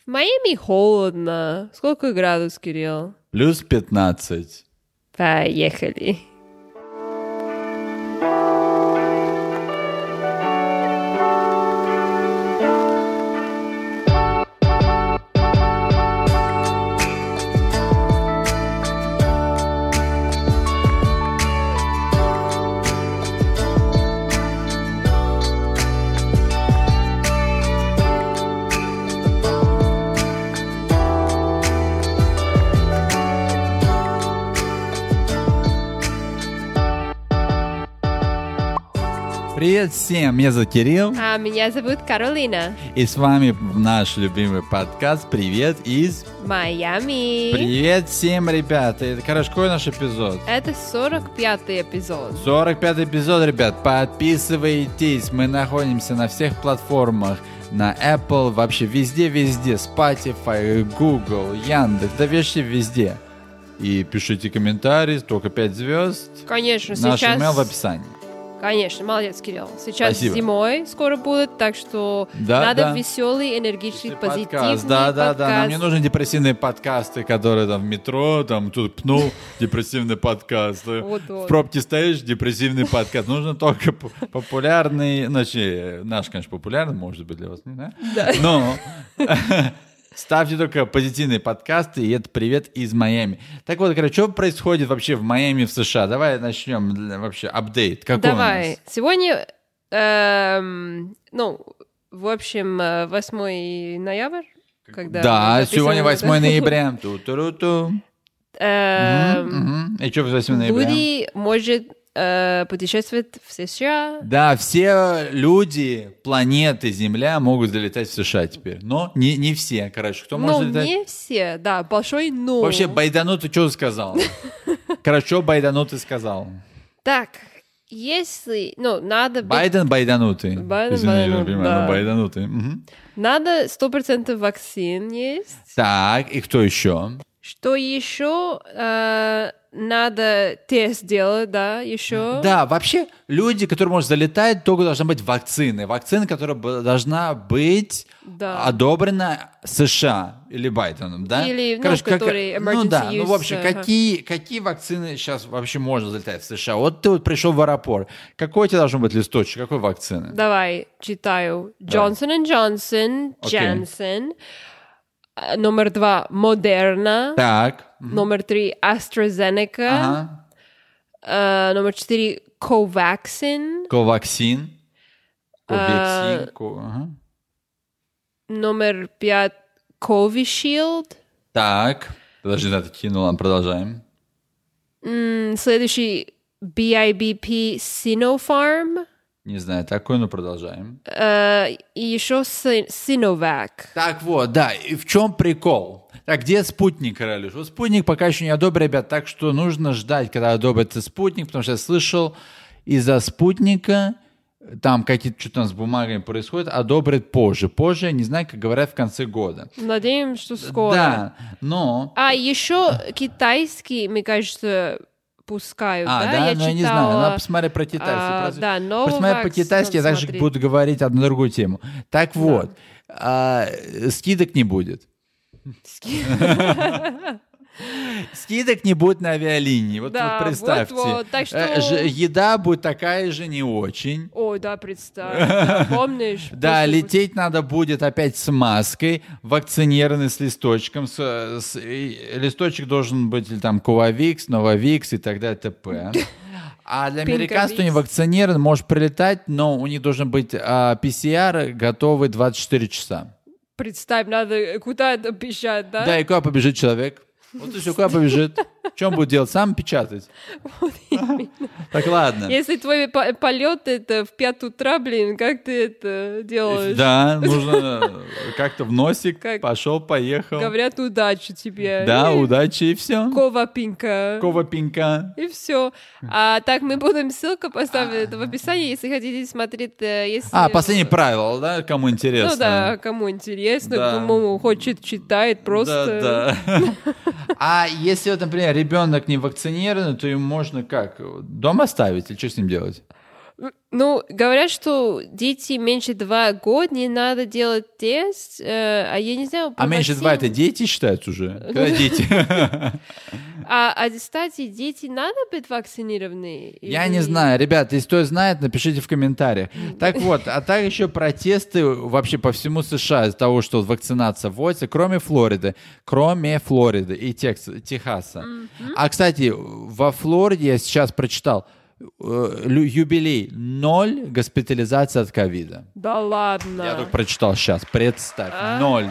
Майами холодно. Сколько градусов, Кирилл? Плюс 15. Поехали. Привет всем, меня зовут Кирилл. А меня зовут Каролина. И с вами наш любимый подкаст «Привет из Майами. Привет всем, ребята. Это, какой наш эпизод? Это 45-й эпизод. 45-й эпизод, ребят. Подписывайтесь. Мы находимся на всех платформах. На Apple, вообще везде-везде. Spotify, Google, Яндекс. Да вообще везде. И пишите комментарии, только 5 звезд. Конечно, Наш сейчас... email в описании. Конечно, молодец, Кирилл. Сейчас Спасибо. Зимой скоро будет, так что надо веселый, энергичный, позитивный подкаст. Да. Нам не нужны депрессивные подкасты, которые там в метро, там тут пнул, депрессивный подкаст. В пробке стоишь, депрессивный подкаст. Нужно только популярный, значит, наш, конечно, популярный, может быть, для вас, да? Да. Но... Ставьте только позитивные подкасты, и это привет из Майами. Так вот, что происходит вообще в Майами, в США? Давай начнем вообще апдейт. Какой Давай. у нас? Сегодня, в общем, 8 ноября. Когда да, сегодня 8 ноября. Ту-ту-ру-ту. И что в 8 ноября? Люди могут путешествовать в США. Да, все люди планеты Земля могут залетать в США теперь. Но не все, короче. Кто может летать? Не все, да, большой но. Вообще, байданутый что сказал? Короче, байданутый сказал? Так, если, надо быть... Байден байданутый. Байден, да. Байданутый. Надо 100% вакцин есть. Так, и кто еще? Что еще? Надо тест делать, да, еще. Да, вообще люди, которые могут залетать, только должна быть вакцина. Вакцина, которая должна быть одобрена США или Байденом, да? Или, которые emergency use. В общем, какие вакцины сейчас вообще можно залетать в США? Вот ты пришел в аэропорт. Какой у тебя должен быть листочек? Какой вакцины? Давай, читаю. Johnson & Johnson, Janssen. Номер 2 Moderna. Так. Номер 3 AstraZeneca. Номер 4 Covaxin. Номер 5 Covishield. Так. Подожди, да, ты кинул, ладно, продолжаем. Следующий BIBP Sinopharm. Не знаю, такой, но продолжаем. И еще Sinovac. Так вот, да, и в чем прикол? Так, где спутник, Королюш? Вот спутник пока еще не одобрен, ребят, так что нужно ждать, когда одобрится спутник, потому что я слышал, из-за спутника там какие-то что-то с бумагами происходит, одобрят позже. Позже, я не знаю, как говорят, в конце года. Надеемся, что скоро. Да, но... А еще китайский, мне кажется... пускают, да? Я не знаю, надо посмотреть про китайский. Посмотреть по-китайски, я также буду говорить одну другую тему. Так вот, скидок не будет. Скидок не будет на авиалинии. Вот представьте. Так что... Еда будет такая же не очень. Ой, да, представь. Помнишь? Да, лететь надо будет опять с маской, вакцинированный с листочком. Листочек должен быть или там Ковавикс, Новавикс и так далее, т.п. А для американцев, кто не вакцинирован, может прилетать, но у них должен быть PCR готовый 24 часа. Представь, надо куда-то бежать, да? Да, и куда побежит человек? Вот и все, куда побежит. Что он будет делать? Сам печатать? Вот именно. Так, ладно. Если твой полет это в 5 утра, как ты это делаешь? Да, нужно как-то в носик, пошел, поехал. Говорят, удачи тебе. Да, удачи и все. Ковапинка. И все. Так, мы будем ссылку поставить в описании, если хотите смотреть. Последнее правило, да, кому интересно. Ну да, кому интересно, кому хочет, читает просто. Да. А если, вот, например, ребенок не вакцинирован, то ему можно как? Дома оставить или что с ним делать? Ну, говорят, что дети меньше 2 года не надо делать тест, а я не знаю... А меньше 2 это дети считаются уже? Когда дети? Кстати, дети надо быть вакцинированы? Я не знаю. Ребят, если кто знает, напишите в комментариях. Так вот, а так еще протесты вообще по всему США из-за того, что вакцинация вводится, кроме Флориды и Техаса. А, кстати, во Флориде я сейчас прочитал, юбилей 0 госпитализации от ковида. Да ладно. Я только прочитал сейчас. Представь. 0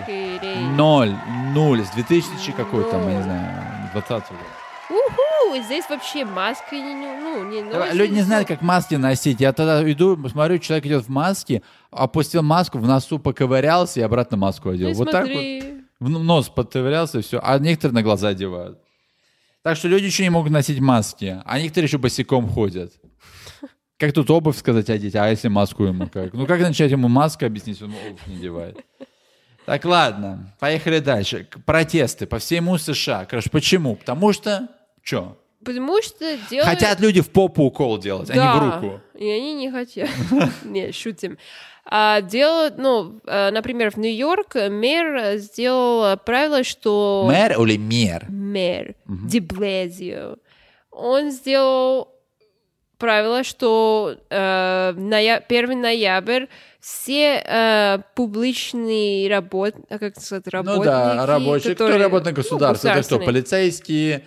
с 2000 какой-то, я не знаю, 20 года. Уху! Здесь вообще маски не носят. Люди не знают, как маски носить. Я тогда иду, смотрю, человек идет в маске, опустил маску, в носу поковырялся и обратно маску одел. Вот так вот. В нос подковырялся и все. А некоторые на глаза одевают. Так что люди еще не могут носить маски, а некоторые еще босиком ходят. Как тут обувь сказать одеть, а если маску ему как? Ну как начать ему маску объяснить, он обувь не одевает. Так, ладно, поехали дальше. Протесты по всему США. Короче, почему? Потому что... Что? Потому что делают... Хотят люди в попу укол делать, да, а не в руку. И они не хотят. Не, шутим. Делают, например, в Нью-Йорк мэр сделал правило, что... Мэр или мэр? Мэр. Де Блезио. Он сделал правило, что 1 ноября все публичные работники... Ну да, рабочие, кто работает на государстве. Это что, полицейские,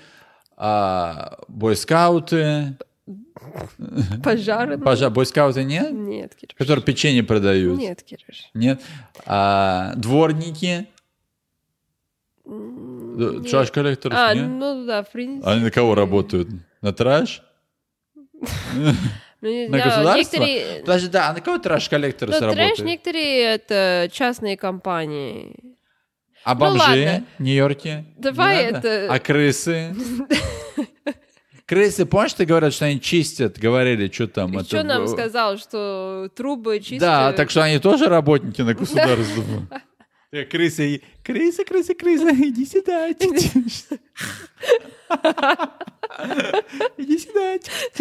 бойскауты... Пожарные. Бойскауты нет? Нет, Кирюш. Которые печенье продают? Нет, Кирюш. Нет? Дворники? Траш-коллекторы? Нет? Ну да, в принципе. Они на кого работают? На траш? На государство? Подожди, да, а на кого траш-коллекторы работают? Траш некоторые это частные компании. А бомжи в Нью-Йорке? Давай это... А крысы? Крысы, помнишь, ты говорят, что они чистят? Говорили, что там. И что нам сказал, что трубы чистят? Да, так что они тоже работники на государство. Крысы, иди сюда. Иди сюда.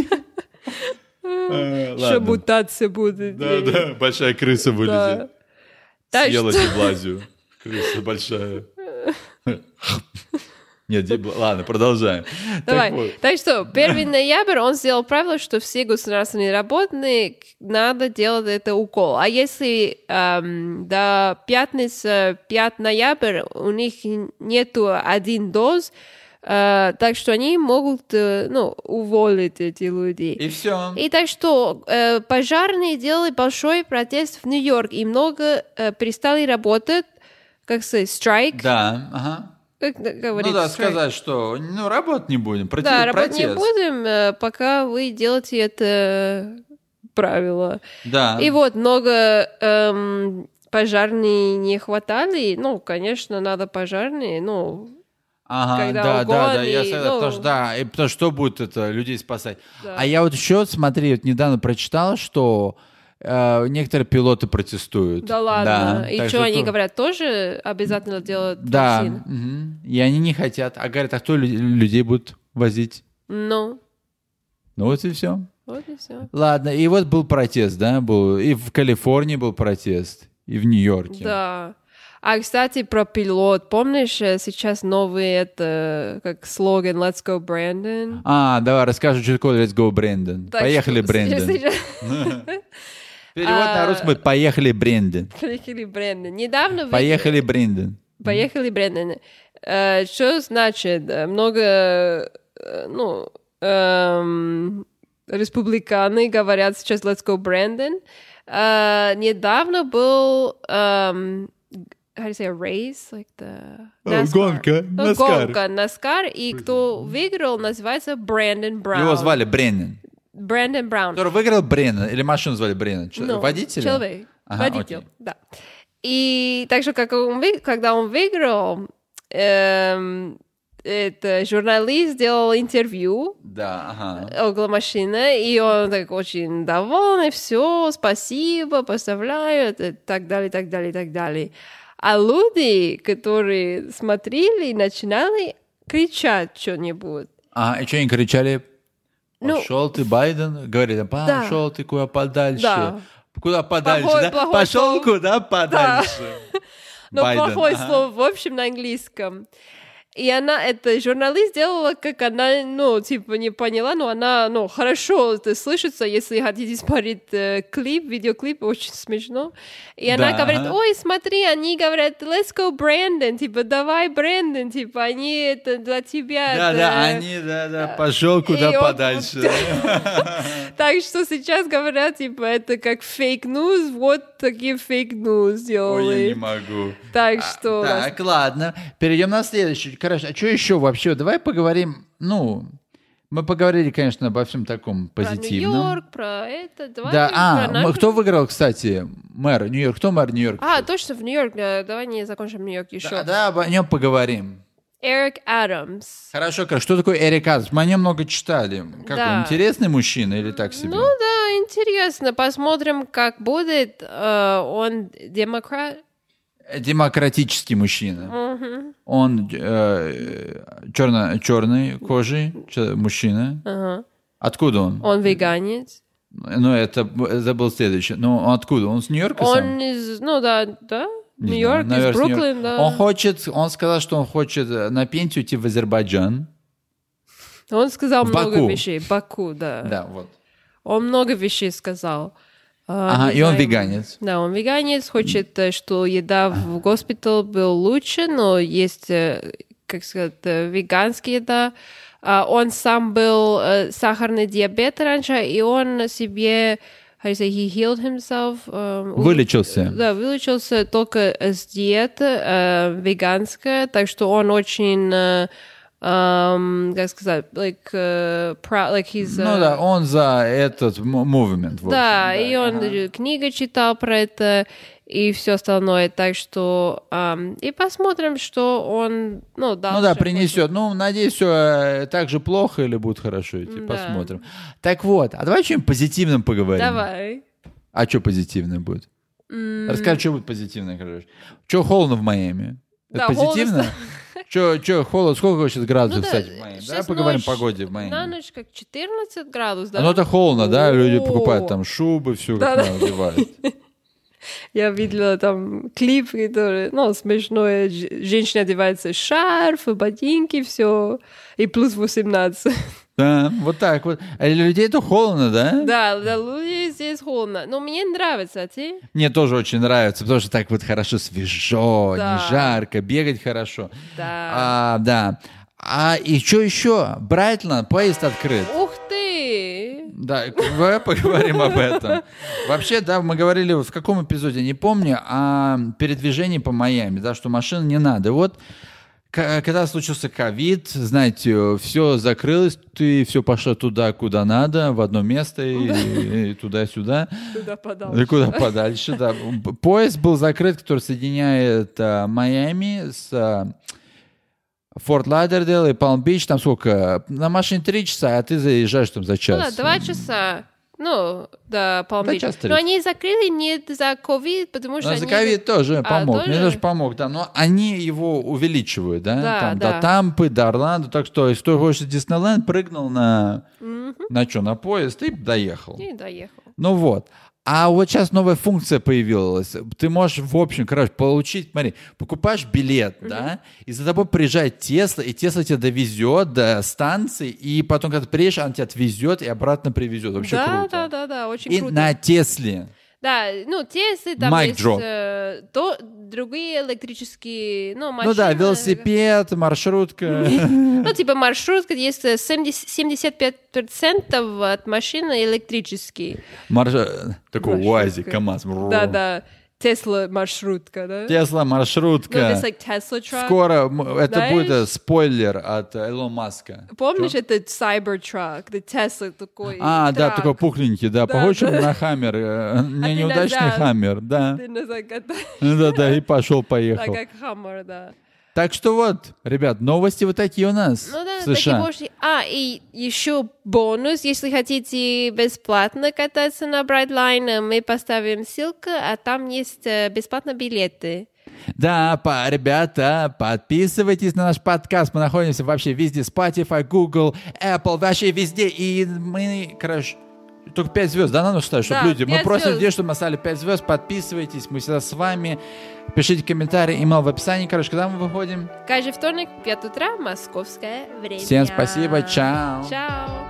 Что мутация будет. Да, большая крыса вылезет. Съела Деблазию. Крыса большая. Нет, ладно, продолжаем. Давай. Так что 1 ноября он сделал правило, что все государственные работники надо делать это укол. А если до пятницы 5 ноября у них нету 1 доз, так что они могут уволить эти люди. И все. И так что пожарные делали большой протест в Нью-Йорк, и много перестали работать, как сказать, страйк. Да, ага. Как говорится, ну да, сказать, что работать не будем, протест. Работать не будем, пока вы делаете это правило. Да. И вот много пожарные не хватали, конечно, надо пожарные, Ага, да, я согласен, потому что будет это людей спасать. Да. А я вот еще, смотри, недавно прочитал, что некоторые пилоты протестуют. Да ладно. И что они говорят, тоже обязательно делать вакцину? Да. И они не хотят. А говорят, а кто людей будет возить? Ну вот и все. Вот и все. Ладно, и вот был протест, да, был. И в Калифорнии был протест, и в Нью-Йорке. Да. А, кстати, про пилот. Помнишь, сейчас новый, это, как слоган «Let's go, Brandon»? Давай, расскажу, что такое «Let's go, Brandon». Поехали, Брэндон. Перевод на русский будет «Поехали, Брэндон». Поехали, Брэндон. Недавно... Поехали, Брэндон. Поехали, Брэндон. Что значит? Много, республиканы говорят сейчас «Let's go, Brandon». Недавно был... how do you say a race? Like the NASCAR. Гонка, NASCAR. И кто выиграл, называется Брэндон Браун. Его звали Брэннон. Брэндон Браун. Который выиграл Брэннон? Или машину звали Брэннон? Водитель? Человек. Водитель, да. И так что, когда он выиграл, это журналист сделал интервью около машины, и он так очень довольный, все, спасибо, поставляю, и так далее, так далее, так далее. А люди, которые смотрели, начинали кричать что-нибудь. И что они кричали? Пошел ты, Байден, говорит, пошел ты куда подальше. Да. Куда подальше, да? Плохое Пошел слово. куда подальше. Но Байден, плохое ага. слово, в общем, на английском. И она, эта журналист, делала, как она, не поняла, но она, хорошо это слышится, если хотите смотреть видеоклип, очень смешно. И она Да, говорит, ага. ой, смотри, они говорят, let's go, Брэндон, давай, Брэндон, они это для тебя. Пошел куда И он- подальше. Так что сейчас говорят, это как фейк-ньюс, вот такие фейк-ньюс Ой, сделали. я не могу. Так что... Так, ладно. Перейдем на следующий. Короче, а что еще вообще? Давай поговорим, мы поговорили, конечно, обо всем таком Про позитивном. Нью-Йорк, про это. Давай Да, про нашу- кто выиграл, кстати, мэр Нью-Йорк? Кто мэр Нью-Йорка? Точно, в Нью-Йорк. Давай не закончим Нью-Йорк еще. Да, обо нем поговорим. Эрик Адамс. Хорошо, что такое Эрик Адамс? Мы о нем много читали. Как Да. он, интересный мужчина или так себе? Ну да, интересно. Посмотрим, как будет. Он демократ. Демократический мужчина. Он черной кожи мужчина. Ага. Откуда он? Он веганец. Ну, это был следующий. Ну, он откуда? Он с Нью-Йорка сам? Он из, да, Не Нью-Йорк, знаю, из наверное, с Бруклин, Нью-Йорка. да. Он сказал, что он хочет на пенсию уйти в Азербайджан. Он сказал В много Баку. вещей. Баку, да. Да, вот. Он много вещей сказал. Ага, Не и он знаю. веганец. Да, он веганец, хочет, что еда в госпитале была лучше, но есть, как сказать, веганская еда. Он сам был сахарный диабет раньше, и он себе, how do you say, he healed himself. Вылечился. Да, вылечился только с диеты веганской, так что он очень, как сказать, like he's... Ну да, он за этот movement. в общем, Да, и он ага. книгу читал про это и все остальное, так что и посмотрим, что он, дальше. Ну да, принесет. Ну, надеюсь, все так же плохо или будет хорошо идти. Да. Посмотрим. Так вот, а давай о чем позитивном поговорим. Давай. А что позитивное будет? Расскажи, что будет позитивное, короче. Что холодно в Майами? Да, Это позитивно? холодно. Что холодно? Сколько сейчас градусов, Ну да, кстати, в Майами? Давай сейчас поговорим ночь, о погоде в Майами. На ночь как 14 градусов, да? Ну это холодно, да? Люди О. покупают там шубы, все как Да-да. надо одевают. Я видела там клип, который, смешной. Женщина одевается шарф, ботинки, все, и плюс 18. Да, вот так вот. А для людей это холодно, да? Да, люди здесь холодно. Но мне нравится, а тебе? Мне тоже очень нравится, потому что так вот хорошо свежо, Да. не жарко, бегать хорошо. Да. Да. А и что еще? Брайтланд, поезд открыт. Ух ты! Да, давай поговорим об этом. Вообще, да, мы говорили в каком эпизоде, не помню, о передвижении по Майами, да, что машин не надо. Вот когда случился ковид, знаете, все закрылось, ты все пошло туда, куда надо, в одно место и туда-сюда. Туда подальше. И куда подальше, да. Поезд был закрыт, который соединяет Майами с Форт Лайдердейл и Палм-Бич. Там сколько? На машине 3 часа, а ты заезжаешь там за час. Да, 2 часа. Да, Палм-Бич. час 30. Но они закрыли не за ковид, потому что Но они... за ковид тоже помог. Мне тоже? тоже помог, да. Но они его увеличивают, да? Да, Там, да. до Тампы, до Орландо. Так что, если кто хочет в Диснейленд, прыгнул на поезд и доехал. И доехал. Ну вот. А вот сейчас новая функция появилась. Ты можешь, в общем, получить, смотри, покупаешь билет, да, и за тобой приезжает Тесла, и Тесла тебя довезет до станции, и потом, когда ты приедешь, она тебя отвезет и обратно привезет. Вообще круто. Да, очень И круто. на Тесле. Да, Теслы там Mic есть drop. другие электрические, машины. Ну да, велосипед, маршрутка. Типа маршрутка, есть 75% от машины электрические. Такой УАЗик, КамАЗ. Да, Тесла маршрутка, да? Тесла, No, маршрутка. it's like Tesla truck. Скоро это Знаешь? будет спойлер от Илона Маска. Помнишь, это Cybertruck, the Tesla такой Да, трак. такой пухленький, да, Да, похож да. на Хаммер, ты неудачный назад. Хаммер, да. Ты назад катаешь, Да, и пошел-поехал. как Хаммер, да. Так что вот, ребят, новости вот такие у нас Ну да, в такие США. больше. И еще бонус, если хотите бесплатно кататься на Brightline, мы поставим ссылку, а там есть бесплатно билеты. Да, ребята, подписывайтесь на наш подкаст. Мы находимся вообще везде. Spotify, Google, Apple, вообще везде. И мы, короче, только 5 звезд, да, надо ставить, чтобы люди... Мы просим людей, чтобы мы ставили 5 звезд. Подписывайтесь, мы всегда с вами. Пишите комментарии, имейл в описании. Короче, когда мы выходим? Каждый вторник в 5 утра, московское время. Всем спасибо, чао. Чао.